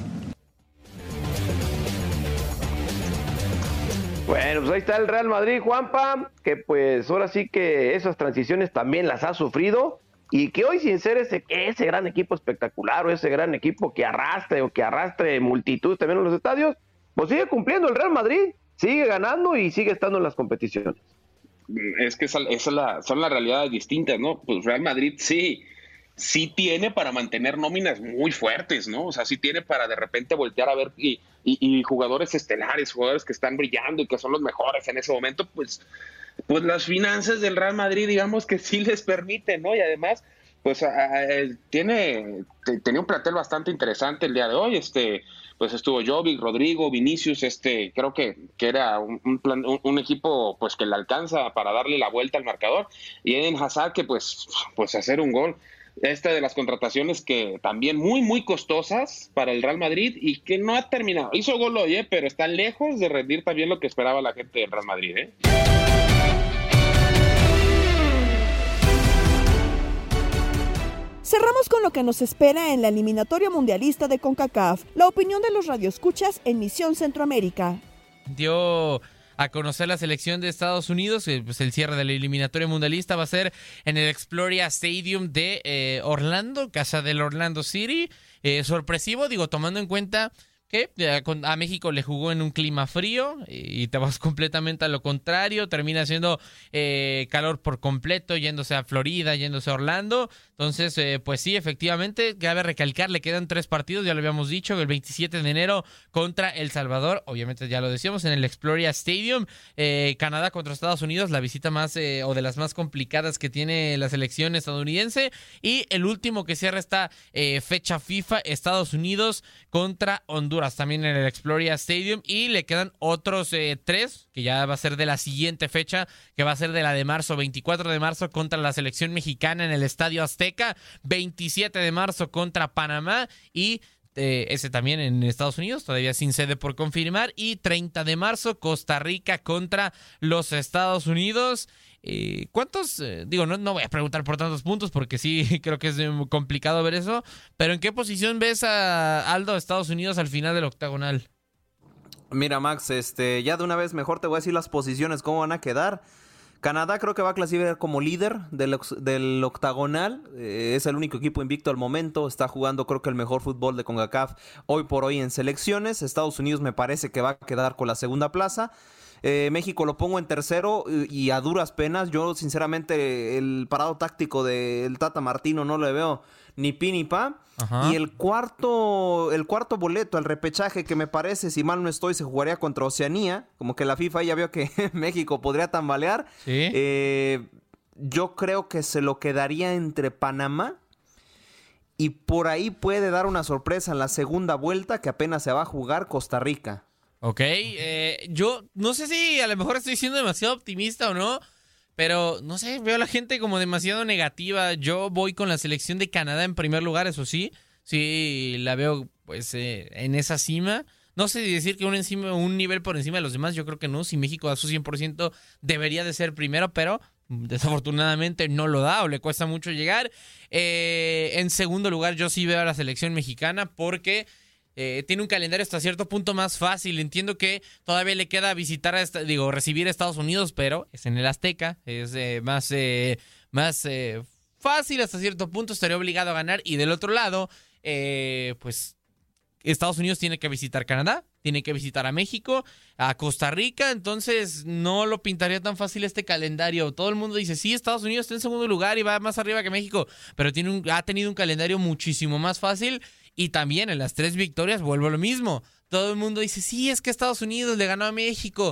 Bueno, pues ahí está el Real Madrid, Juanpa, que pues ahora sí que esas transiciones también las ha sufrido y que hoy, sin ser ese gran equipo espectacular o ese gran equipo que arrastre multitud también en los estadios, pues sigue cumpliendo el Real Madrid, sigue ganando y sigue estando en las competiciones. Es que son las realidades distintas, ¿no? Pues Real Madrid sí tiene para mantener nóminas muy fuertes, ¿no? O sea, sí tiene para de repente voltear a ver y jugadores estelares, jugadores que están brillando y que son los mejores en ese momento, pues pues las finanzas del Real Madrid, digamos que sí les permiten, ¿no? Y además, pues tenía un plantel bastante interesante el día de hoy. Pues estuvo Jovic, Rodrigo, Vinicius, creo que era un equipo pues que le alcanza para darle la vuelta al marcador. Y Eden Hazard que pues hacer un gol. Esta de las contrataciones que también muy, muy costosas para el Real Madrid y que no ha terminado. Hizo gol hoy, pero está lejos de rendir también lo que esperaba la gente del Real Madrid, Cerramos con lo que nos espera en la eliminatoria mundialista de CONCACAF. La opinión de los radioescuchas en Misión Centroamérica. Dio a conocer la selección de Estados Unidos, pues el cierre de la eliminatoria mundialista va a ser en el Exploria Stadium de Orlando, casa del Orlando City. Sorpresivo, tomando en cuenta que a México le jugó en un clima frío y te vas completamente a lo contrario, termina siendo calor por completo, yéndose a Florida, yéndose a Orlando. Entonces, pues sí, efectivamente, cabe recalcar, le quedan 3 partidos, ya lo habíamos dicho, el 27 de enero contra El Salvador, obviamente ya lo decíamos, en el Exploria Stadium, Canadá contra Estados Unidos, la visita más o de las más complicadas que tiene la selección estadounidense, y el último que cierra esta fecha FIFA, Estados Unidos contra Honduras, también en el Exploria Stadium, y le quedan otros 3, que ya va a ser de la siguiente fecha, que va a ser de la de marzo, 24 de marzo contra la selección mexicana en el Estadio Azteca, 27 de marzo contra Panamá y ese también en Estados Unidos, todavía sin sede por confirmar, y 30 de marzo Costa Rica contra los Estados Unidos. ¿Cuántos? No voy a preguntar por tantos puntos porque sí creo que es complicado ver eso, pero ¿en qué posición ves a Aldo Estados Unidos al final del octagonal? Mira, Max, ya de una vez mejor te voy a decir las posiciones, cómo van a quedar. Canadá creo que va a clasificar como líder del octagonal, es el único equipo invicto al momento, está jugando creo que el mejor fútbol de CONCACAF hoy por hoy en selecciones. Estados Unidos me parece que va a quedar con la segunda plaza. México lo pongo en tercero y a duras penas. Yo sinceramente el parado táctico del Tata Martino no le veo ni pi ni pa. Ajá. Y el cuarto boleto al repechaje, que me parece, si mal no estoy, se jugaría contra Oceanía. Como que la FIFA ya vio que México podría tambalear. ¿Sí? Yo creo que se lo quedaría entre Panamá y por ahí puede dar una sorpresa en la segunda vuelta que apenas se va a jugar Costa Rica. Ok, yo no sé si a lo mejor estoy siendo demasiado optimista o no, pero no sé, veo a la gente como demasiado negativa. Yo voy con la selección de Canadá en primer lugar, eso sí la veo pues en esa cima. No sé si decir que un nivel por encima de los demás, yo creo que no. Si México da su 100% debería de ser primero, pero desafortunadamente no lo da o le cuesta mucho llegar. En segundo lugar yo sí veo a la selección mexicana porque tiene un calendario hasta cierto punto más fácil. Entiendo que todavía le queda visitar recibir a Estados Unidos, pero es en el Azteca, es más fácil hasta cierto punto, estaría obligado a ganar. Y del otro lado, pues Estados Unidos tiene que visitar Canadá, tiene que visitar a México, a Costa Rica, entonces no lo pintaría tan fácil este calendario. Todo el mundo dice, sí, Estados Unidos está en segundo lugar y va más arriba que México, pero ha tenido un calendario muchísimo más fácil. Y también en las 3 victorias vuelvo a lo mismo. Todo el mundo dice, sí, es que Estados Unidos le ganó a México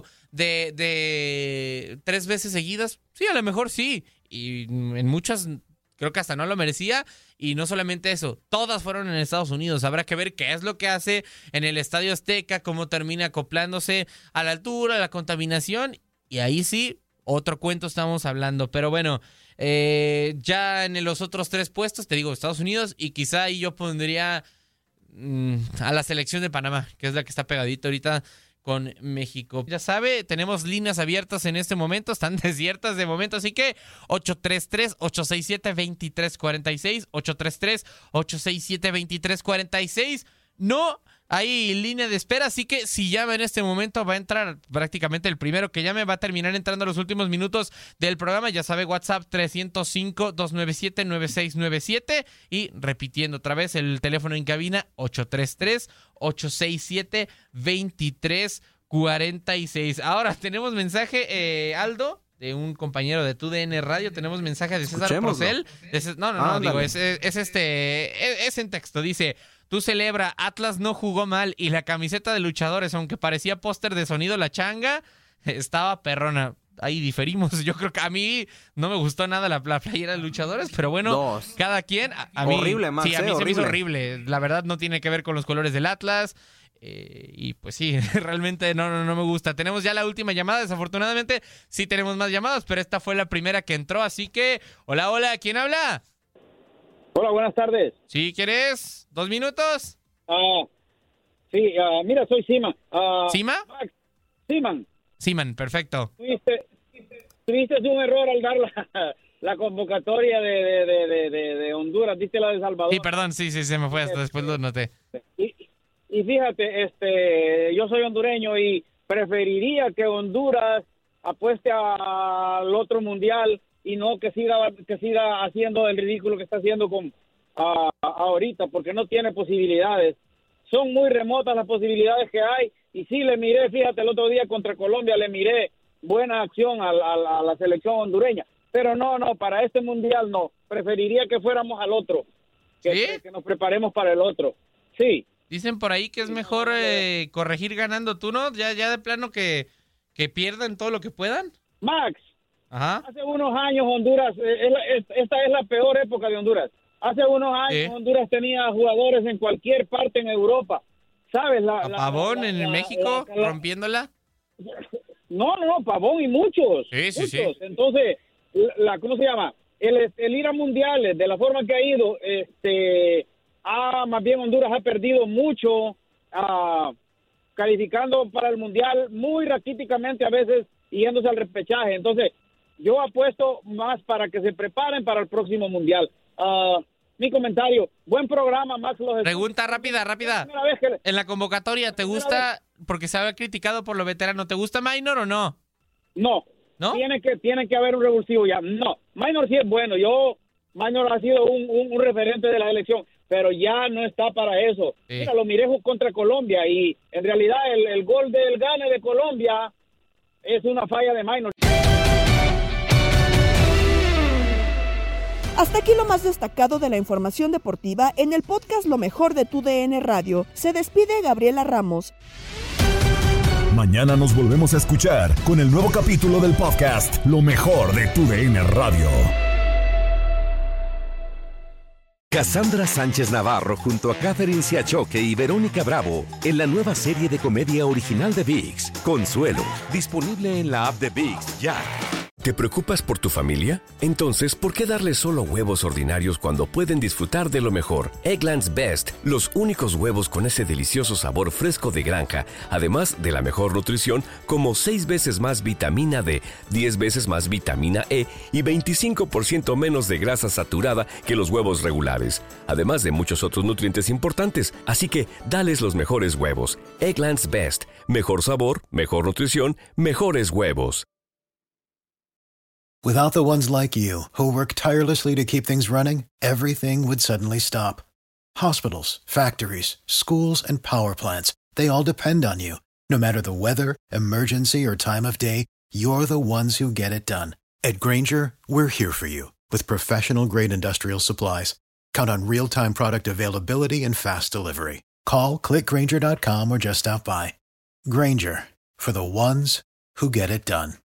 de 3 veces seguidas. Sí, a lo mejor sí. Y en muchas creo que hasta no lo merecía. Y no solamente eso, todas fueron en Estados Unidos. Habrá que ver qué es lo que hace en el Estadio Azteca, cómo termina acoplándose a la altura, a la contaminación. Y ahí sí, otro cuento estamos hablando. Pero bueno, ya en los otros 3 puestos, te digo, Estados Unidos. Y quizá ahí yo pondría a la selección de Panamá, que es la que está pegadita ahorita con México. Ya sabe, tenemos líneas abiertas en este momento, están desiertas de momento, así que 833-867-2346, 833-867-2346, no hay línea de espera, así que si llama en este momento va a entrar prácticamente el primero que llame, va a terminar entrando a los últimos minutos del programa. Ya sabe, WhatsApp 305-297-9697 y repitiendo otra vez el teléfono en cabina 833-867-2346. Ahora tenemos mensaje, Aldo, de un compañero de TUDN Radio. Tenemos mensaje de César Procel. Es en texto, dice: tú celebra, Atlas no jugó mal y la camiseta de luchadores, aunque parecía póster de Sonido La Changa, estaba perrona. ahí diferimos. Yo creo que a mí no me gustó nada la playera de luchadores, pero bueno, cada quien. A mí, horrible, Max. Sí, a mí se me hizo horrible. La verdad no tiene que ver con los colores del Atlas. Y pues sí, realmente no me gusta. Tenemos ya la última llamada, desafortunadamente sí tenemos más llamadas, pero esta fue la primera que entró, así que hola, ¿quién habla? Hola, buenas tardes. ¿Sí, quieres? 2 minutos? Sí, mira, soy Siman. ¿Sima? Max, Siman, perfecto. Tuviste un error al dar la convocatoria de Honduras, diste la de Salvador. Sí, perdón, sí, se me fue hasta después lo noté. Y fíjate, yo soy hondureño y preferiría que Honduras apueste al otro mundial y no que siga haciendo el ridículo que está haciendo ahorita, porque no tiene posibilidades. Son muy remotas las posibilidades que hay. Y sí, le miré, fíjate, el otro día contra Colombia le miré buena acción a la selección hondureña. Pero no, para este mundial no. Preferiría que fuéramos al otro, que nos preparemos para el otro. Sí. Dicen por ahí que es mejor corregir ganando, ¿tú no? Ya de plano que pierdan todo lo que puedan. Max, ajá. Hace unos años Honduras, esta es la peor época de Honduras. Hace unos años Honduras tenía jugadores en cualquier parte en Europa. ¿Sabes? Pavón en México, rompiéndola. No, Pavón y muchos. Sí. Entonces, ¿cómo se llama? El ir a mundiales, de la forma que ha ido, más bien Honduras ha perdido mucho, calificando para el mundial muy raquíticamente a veces, yéndose al repechaje. Entonces, yo apuesto más para que se preparen para el próximo mundial. Mi comentario, buen programa, Max. Pregunta rápida. En la convocatoria, ¿te gusta, porque se había criticado por lo veterano, ¿te gusta Minor o no? No. Tiene que haber un revulsivo ya. No, Minor sí es bueno. Minor ha sido un referente de la selección, pero ya no está para eso. Sí. Mira, lo miré contra Colombia y en realidad el gol del gane de Colombia es una falla de Minor. Hasta aquí lo más destacado de la información deportiva en el podcast Lo Mejor de tu DN Radio. Se despide Gabriela Ramos. Mañana nos volvemos a escuchar con el nuevo capítulo del podcast Lo Mejor de tu DN Radio. Cassandra Sánchez Navarro junto a Catherine Siachoque y Verónica Bravo en la nueva serie de comedia original de ViX, Consuelo, disponible en la app de ViX ya. ¿Te preocupas por tu familia? Entonces, ¿por qué darles solo huevos ordinarios cuando pueden disfrutar de lo mejor? Eggland's Best, los únicos huevos con ese delicioso sabor fresco de granja, además de la mejor nutrición, como 6 veces más vitamina D, 10 veces más vitamina E y 25% menos de grasa saturada que los huevos regulares, además de muchos otros nutrientes importantes. Así que, dales los mejores huevos. Eggland's Best, mejor sabor, mejor nutrición, mejores huevos. Without the ones like you, who work tirelessly to keep things running, everything would suddenly stop. Hospitals, factories, schools, and power plants, they all depend on you. No matter the weather, emergency, or time of day, you're the ones who get it done. At Grainger, we're here for you with professional-grade industrial supplies. Count on real-time product availability and fast delivery. Call, click Grainger.com, or just stop by. Grainger, for the ones who get it done.